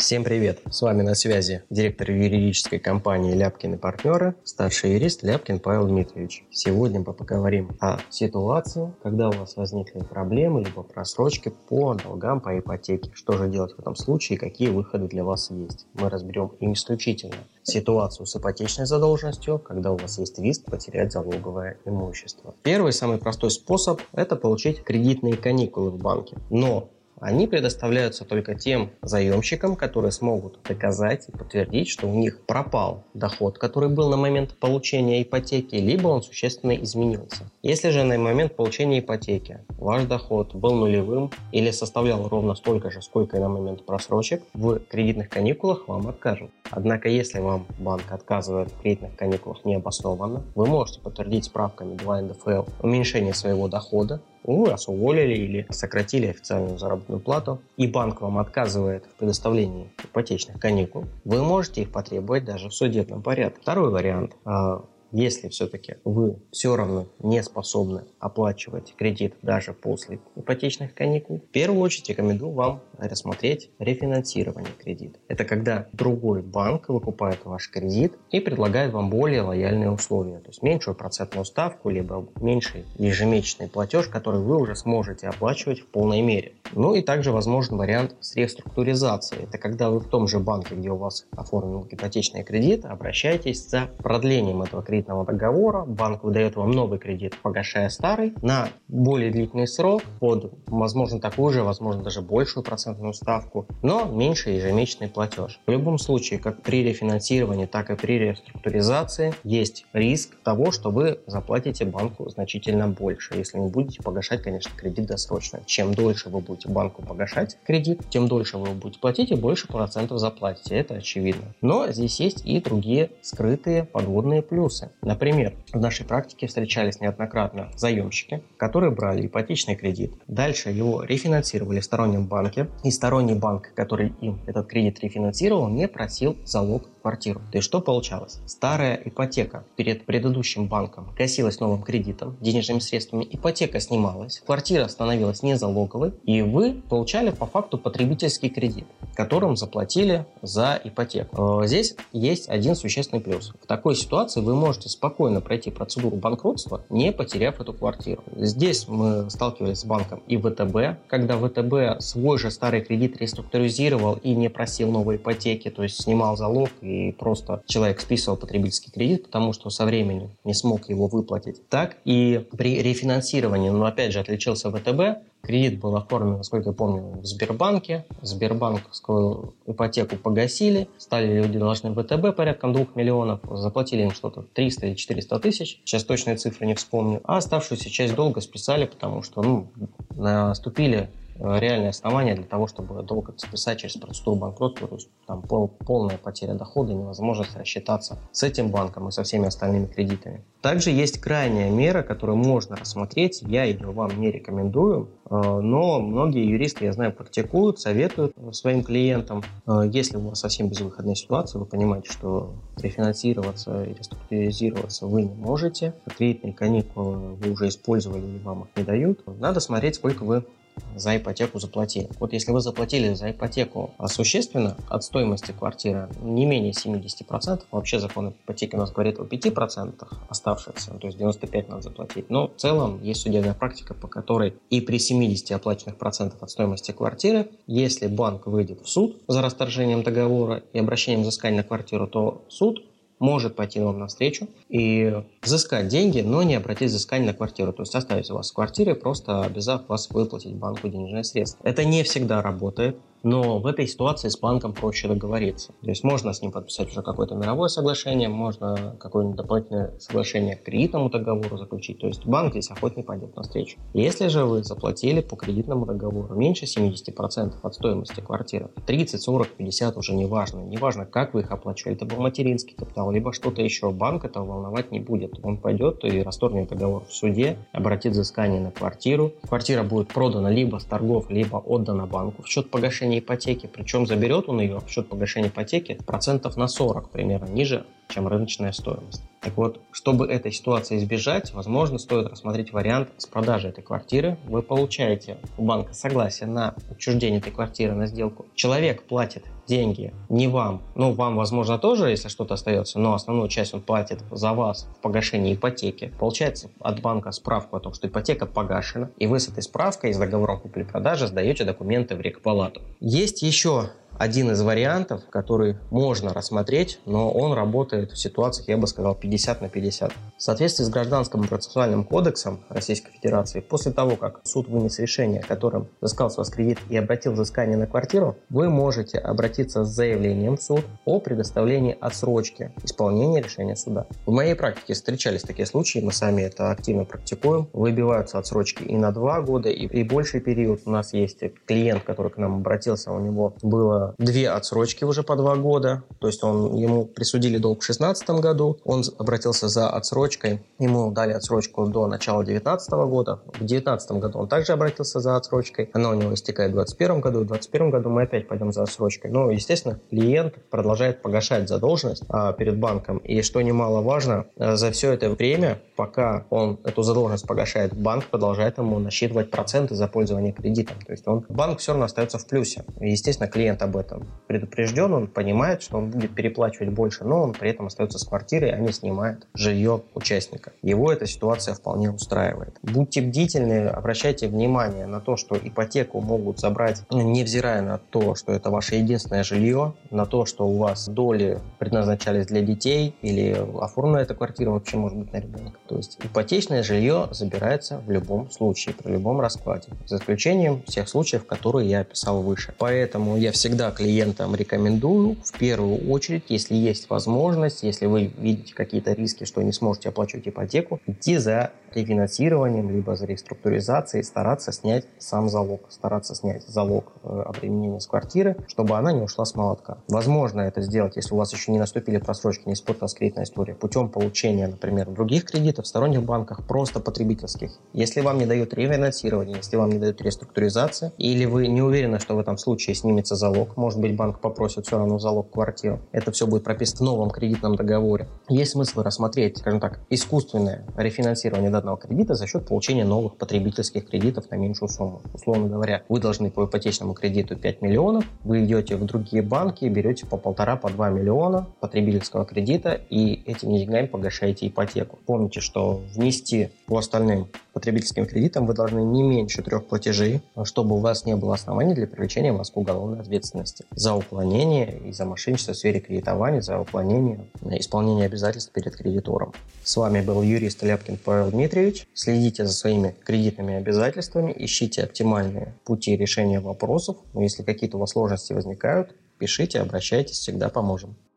Всем привет! С вами на связи директор юридической компании Ляпкин и партнеры, старший юрист Ляпкин Павел Дмитриевич. Сегодня мы поговорим о ситуации, когда у вас возникли проблемы либо просрочки по долгам по ипотеке. Что же делать в этом случае и какие выходы для вас есть. Мы разберем исключительно ситуацию с ипотечной задолженностью, когда у вас есть риск потерять залоговое имущество. Первый, самый простой способ – это получить кредитные каникулы в банке. Но они предоставляются только тем заемщикам, которые смогут доказать и подтвердить, что у них пропал доход, который был на момент получения ипотеки, либо он существенно изменился. Если же на момент получения ипотеки ваш доход был нулевым или составлял ровно столько же, сколько и на момент просрочек, в кредитных каникулах вам откажут. Однако, если вам банк отказывает в кредитных каникулах необоснованно, вы можете подтвердить справками 2 НДФЛ уменьшение своего дохода, вы вас уволили или сократили официальную заработную плату, и банк вам отказывает в предоставлении ипотечных каникул, вы можете их потребовать даже в судебном порядке. Второй вариант. Если все-таки вы все равно не способны оплачивать кредит даже после ипотечных каникул, в первую очередь рекомендую вам рассмотреть рефинансирование кредита. Это когда другой банк выкупает ваш кредит и предлагает вам более лояльные условия, то есть меньшую процентную ставку, либо меньший ежемесячный платеж, который вы уже сможете оплачивать в полной мере. Ну и также возможен вариант с реструктуризацией. Это когда вы в том же банке, где у вас оформлен ипотечный кредит, обращаетесь за продлением этого кредитного договора, банк выдает вам новый кредит, погашая старый, на более длительный срок, под, возможно, такую же, возможно, даже большую процентную ставку, но меньше ежемесячный платеж. В любом случае, как при рефинансировании, так и при реструктуризации, есть риск того, что вы заплатите банку значительно больше, если не будете погашать, конечно, кредит досрочно. Чем дольше вы будете банку погашать кредит, тем дольше вы будете платить и больше процентов заплатите, это очевидно. Но здесь есть и другие скрытые подводные плюсы. Например, в нашей практике встречались неоднократно заемщики, которые брали ипотечный кредит, дальше его рефинансировали в стороннем банке, и сторонний банк, который им этот кредит рефинансировал, не просил залог в квартиру. То есть что получалось? Старая ипотека перед предыдущим банком гасилась новым кредитом, денежными средствами, ипотека снималась, квартира становилась незалоговой, и вы получали по факту потребительский кредит, которым заплатили за ипотеку. Здесь есть один существенный плюс. В такой ситуации вы можете спокойно пройти процедуру банкротства, не потеряв эту квартиру. Здесь мы сталкивались с банком и ВТБ, когда ВТБ свой же старый кредит реструктуризировал и не просил новой ипотеки, то есть снимал залог и просто человек списывал потребительский кредит, потому что со временем не смог его выплатить. Так и при рефинансировании, но опять же отличился ВТБ, кредит был оформлен, насколько я помню, в Сбербанке. Сбербанковскую ипотеку погасили. Стали люди должны в ВТБ порядком 2 миллионов. Заплатили им что-то 300 или 400 тысяч. Сейчас точные цифры не вспомню. А оставшуюся часть долга списали, потому что наступили реальные основания для того, чтобы долг списать через процедуру банкротства, то есть там полная потеря дохода, невозможность рассчитаться с этим банком и со всеми остальными кредитами. Также есть крайняя мера, которую можно рассмотреть, я ее вам не рекомендую, но многие юристы, я знаю, практикуют, советуют своим клиентам. Если у вас совсем безвыходная ситуация, вы понимаете, что рефинансироваться и реструктуризироваться вы не можете, кредитные каникулы вы уже использовали или вам их не дают, надо смотреть, сколько вы за ипотеку заплатили. Вот если вы заплатили за ипотеку существенно от стоимости квартиры не менее 70%, вообще закон ипотеки у нас говорит о 5% оставшихся, то есть 95% надо заплатить. Но в целом есть судебная практика, по которой и при 70 оплаченных процентов от стоимости квартиры, если банк выйдет в суд за расторжением договора и обращением взыскания на квартиру, то суд может пойти вам навстречу и взыскать деньги, но не обратить взыскание на квартиру. То есть оставить вас в квартире, просто обязав вас выплатить банку денежные средства. Это не всегда работает, но в этой ситуации с банком проще договориться. То есть можно с ним подписать уже какое-то мировое соглашение, можно какое-нибудь дополнительное соглашение к кредитному договору заключить. То есть банк здесь охотно пойдет навстречу. Если же вы заплатили по кредитному договору меньше 70% от стоимости квартиры, 30, 40, 50 уже не важно. Не важно, как вы их оплачивали. Это был материнский капитал, либо что-то еще. Банк этого волновать не будет. Он пойдет и расторгнет договор в суде, обратит взыскание на квартиру. Квартира будет продана либо с торгов, либо отдана банку в счет погашения ипотеки. Причем заберет он ее в счет погашения ипотеки процентов на 40 примерно ниже, чем рыночная стоимость. Так вот, чтобы этой ситуации избежать, возможно, стоит рассмотреть вариант с продажей этой квартиры. Вы получаете у банка согласие на отчуждение этой квартиры на сделку. Человек платит деньги не вам, ну, вам, возможно, тоже, если что-то остается, но основную часть он платит за вас в погашении ипотеки, получается от банка справку о том, что ипотека погашена, и вы с этой справкой и с договором купли-продажи сдаете документы в рекпалату. Есть еще один из вариантов, который можно рассмотреть, но он работает в ситуациях, я бы сказал, 50 на 50. В соответствии с Гражданским процессуальным кодексом Российской Федерации, после того, как суд вынес решение, которым взыскал с вас кредит и обратил взыскание на квартиру, вы можете обратиться с заявлением в суд о предоставлении отсрочки исполнения решения суда. В моей практике встречались такие случаи, мы сами это активно практикуем. Выбиваются отсрочки и на 2 года, и больший период. У нас есть клиент, который к нам обратился, у него было 2 отсрочки уже по 2 года, то есть ему присудили долг в 2016 году, он обратился за отсрочкой, ему дали отсрочку до начала 2019 года, в 2019 году он также обратился за отсрочкой, она у него истекает в 2021 году, в 2021 году мы опять пойдем за отсрочкой. Но, естественно, клиент продолжает погашать задолженность перед банком, и что немаловажно, за все это время, пока он эту задолженность погашает, банк продолжает ему насчитывать проценты за пользование кредитом, то есть банк все равно остается в плюсе. И, естественно, клиент об этом предупрежден, он понимает, что он будет переплачивать больше, но он при этом остается с квартирой, а не снимает жилье участника. Его эта ситуация вполне устраивает. Будьте бдительны, обращайте внимание на то, что ипотеку могут забрать, невзирая на то, что это ваше единственное жилье, на то, что у вас доли предназначались для детей или оформлена эта квартира вообще может быть на ребенка. То есть ипотечное жилье забирается в любом случае, при любом раскладе, за исключением всех случаев, которые я описал выше. Поэтому я всегда клиентам рекомендую, в первую очередь, если есть возможность, если вы видите какие-то риски, что не сможете оплачивать ипотеку, идти за рефинансированием, либо за реструктуризацией, стараться снять сам залог, стараться снять залог обременения с квартиры, чтобы она не ушла с молотка. Возможно это сделать, если у вас еще не наступили просрочки, не испортилась кредитная история, путем получения, например, других кредитов в сторонних банках, просто потребительских. Если вам не дают рефинансирование, если вам не дают реструктуризации, или вы не уверены, что в этом случае снимется залог, может быть, банк попросит все равно залог квартиру, это все будет прописано в новом кредитном договоре. Есть смысл рассмотреть, скажем так, искусственное рефинансирование данного кредита за счет получения новых потребительских кредитов на меньшую сумму. Условно говоря, вы должны по ипотечному кредиту 5 миллионов, вы идете в другие банки, берете по 1,5-2 миллиона потребительского кредита и этими деньгами погашаете ипотеку. Помните, что внести по остальным потребительским кредитам вы должны не меньше 3 платежей, чтобы у вас не было оснований для привлечения вас к уголовной ответственности за уклонение и за мошенничество в сфере кредитования, за уклонение исполнения обязательств перед кредитором. С вами был юрист Ляпкин Павел Дмитриевич. Следите за своими кредитными обязательствами, ищите оптимальные пути решения вопросов. Но если какие-то у вас сложности возникают, пишите, обращайтесь, всегда поможем.